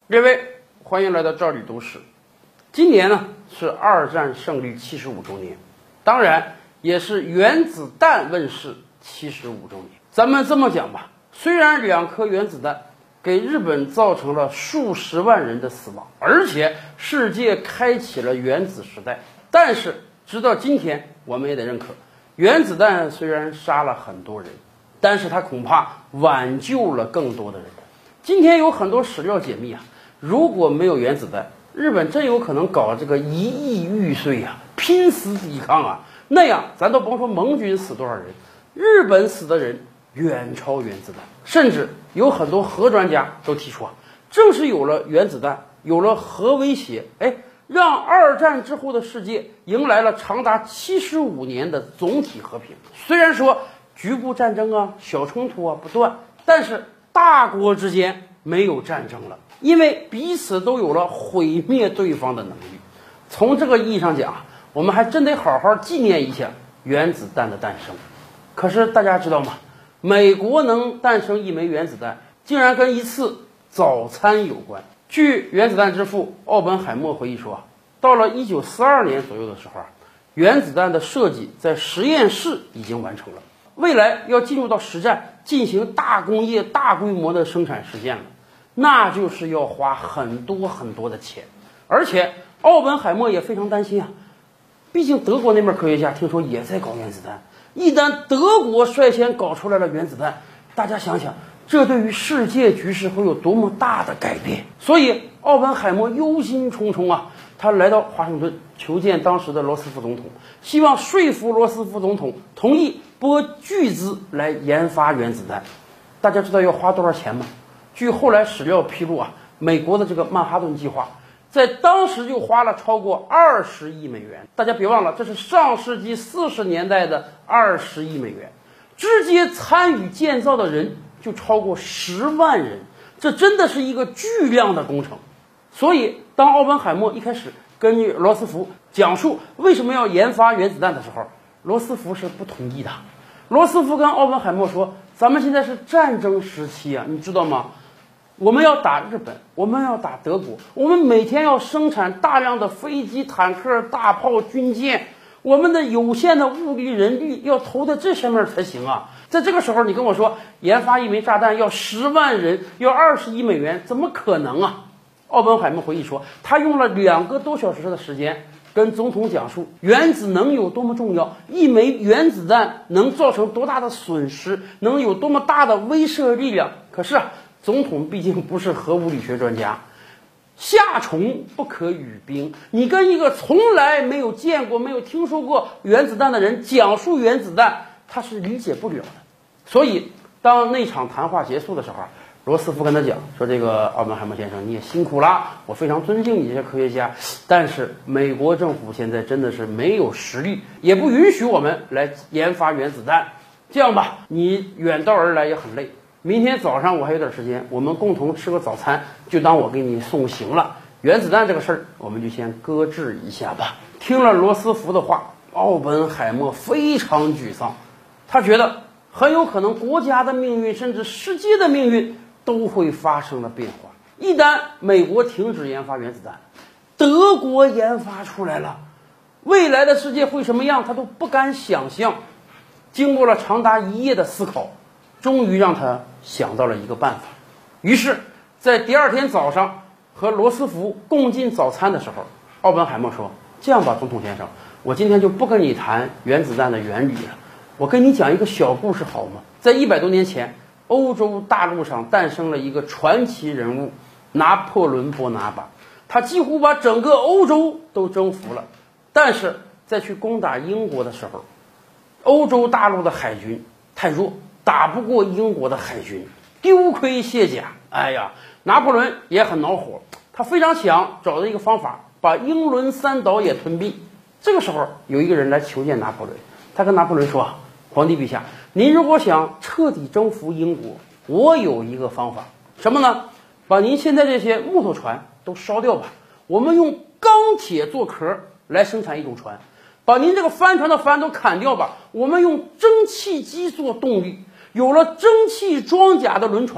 各位，欢迎来到赵李都市。今年呢是二战胜利75周年，当然也是原子弹问世75周年。咱们这么讲吧，虽然2颗原子弹给日本造成了数十万人的死亡，而且世界开启了原子时代，但是直到今天，我们也得认可，原子弹虽然杀了很多人，但是它恐怕挽救了更多的人。今天有很多史料解密啊，如果没有原子弹，日本真有可能搞这个1亿玉碎啊，拼死抵抗啊，那样咱都甭说盟军死多少人，日本死的人远超原子弹。甚至有很多核专家都提出啊，正是有了原子弹，有了核威胁，让二战之后的世界迎来了长达75年的总体和平。虽然说局部战争啊、小冲突啊不断，但是大国之间没有战争了，因为彼此都有了毁灭对方的能力。从这个意义上讲，我们还真得好好纪念一下原子弹的诞生。可是大家知道吗？美国能诞生1枚原子弹，竟然跟一次早餐有关。据原子弹之父奥本海默回忆说，到了1942年左右的时候，原子弹的设计在实验室已经完成了，未来要进入到实战，进行大工业大规模的生产实现了，那就是要花很多很多的钱。而且奥本海默也非常担心啊，毕竟德国那边科学家听说也在搞原子弹，一旦德国率先搞出来了原子弹，大家想想，这对于世界局势会有多么大的改变。所以奥本海默忧心忡忡啊，他来到华盛顿求见当时的罗斯福总统，希望说服罗斯福总统同意拨巨资来研发原子弹。大家知道要花多少钱吗？据后来史料披露啊，美国的这个曼哈顿计划在当时就花了超过20亿美元。大家别忘了，这是上世纪40年代的20亿美元，直接参与建造的人就超过10万人，这真的是一个巨量的工程。所以当奥本海默一开始跟罗斯福讲述为什么要研发原子弹的时候，罗斯福是不同意的。罗斯福跟奥本海默说，咱们现在是战争时期啊，你知道吗？我们要打日本，我们要打德国，我们每天要生产大量的飞机、坦克、大炮、军舰，我们的有限的物力人力要投在这上面才行啊！在这个时候，你跟我说研发1枚炸弹要10万人，要20亿美元，怎么可能啊？奥本海默回忆说，他用了2个多小时的时间跟总统讲述原子能有多么重要，1枚原子弹能造成多大的损失，能有多么大的威慑力量。可是总统毕竟不是核物理学专家，夏虫不可语冰，你跟一个从来没有见过、没有听说过原子弹的人讲述原子弹，他是理解不了的。所以当那场谈话结束的时候，罗斯福跟他讲说，这个奥本海默先生，你也辛苦啦，我非常尊敬你这些科学家，但是美国政府现在真的是没有实力，也不允许我们来研发原子弹。这样吧，你远道而来也很累，明天早上我还有点时间，我们共同吃个早餐，就当我给你送行了。原子弹这个事儿，我们就先搁置一下吧。听了罗斯福的话，奥本海默非常沮丧，他觉得很有可能国家的命运，甚至世界的命运都会发生了变化。一旦美国停止研发原子弹，德国研发出来了，未来的世界会什么样，他都不敢想象。经过了长达1夜的思考，终于让他想到了一个办法。于是在第2天早上和罗斯福共进早餐的时候，奥本海默说，这样吧，总统先生，我今天就不跟你谈原子弹的原理了，我跟你讲一个小故事好吗？在100多年前，欧洲大陆上诞生了一个传奇人物拿破仑波拿巴，他几乎把整个欧洲都征服了。但是在去攻打英国的时候，欧洲大陆的海军太弱，打不过英国的海军，丢盔卸甲。拿破仑也很恼火，他非常想找到一个方法把英伦3岛也吞并。这个时候有一个人来求见拿破仑，他跟拿破仑说，皇帝陛下，您如果想彻底征服英国，我有一个方法。什么呢？把您现在这些木头船都烧掉吧，我们用钢铁做壳来生产一种船。把您这个帆船的帆都砍掉吧，我们用蒸汽机做动力。有了蒸汽装甲的轮船，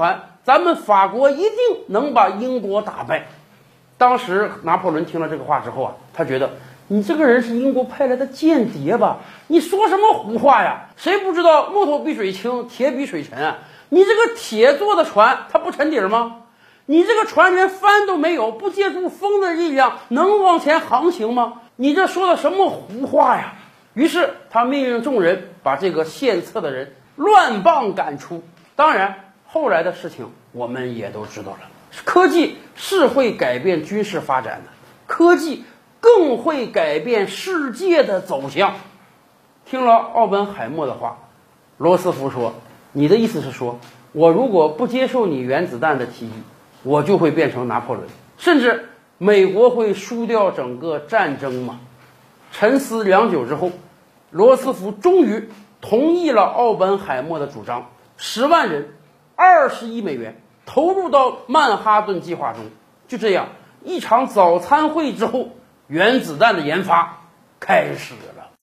咱们法国一定能把英国打败。当时拿破仑听了这个话之后啊，他觉得你这个人是英国派来的间谍吧？你说什么胡话呀？谁不知道木头比水轻，铁比水沉啊？你这个铁做的船，它不沉底儿吗？你这个船连帆都没有，不借助风的力量，能往前航行吗？你这说的什么胡话呀？于是他命令众人把这个献策的人乱棒赶出。当然，后来的事情我们也都知道了。科技是会改变军事发展的，科技更会改变世界的走向。听了奥本海默的话，罗斯福说：“你的意思是说，我如果不接受你原子弹的提议，我就会变成拿破仑，甚至美国会输掉整个战争吗？”沉思良久之后，罗斯福终于同意了奥本海默的主张，10万人，20亿美元投入到曼哈顿计划中。就这样，一场早餐会之后，原子弹的研发开始了。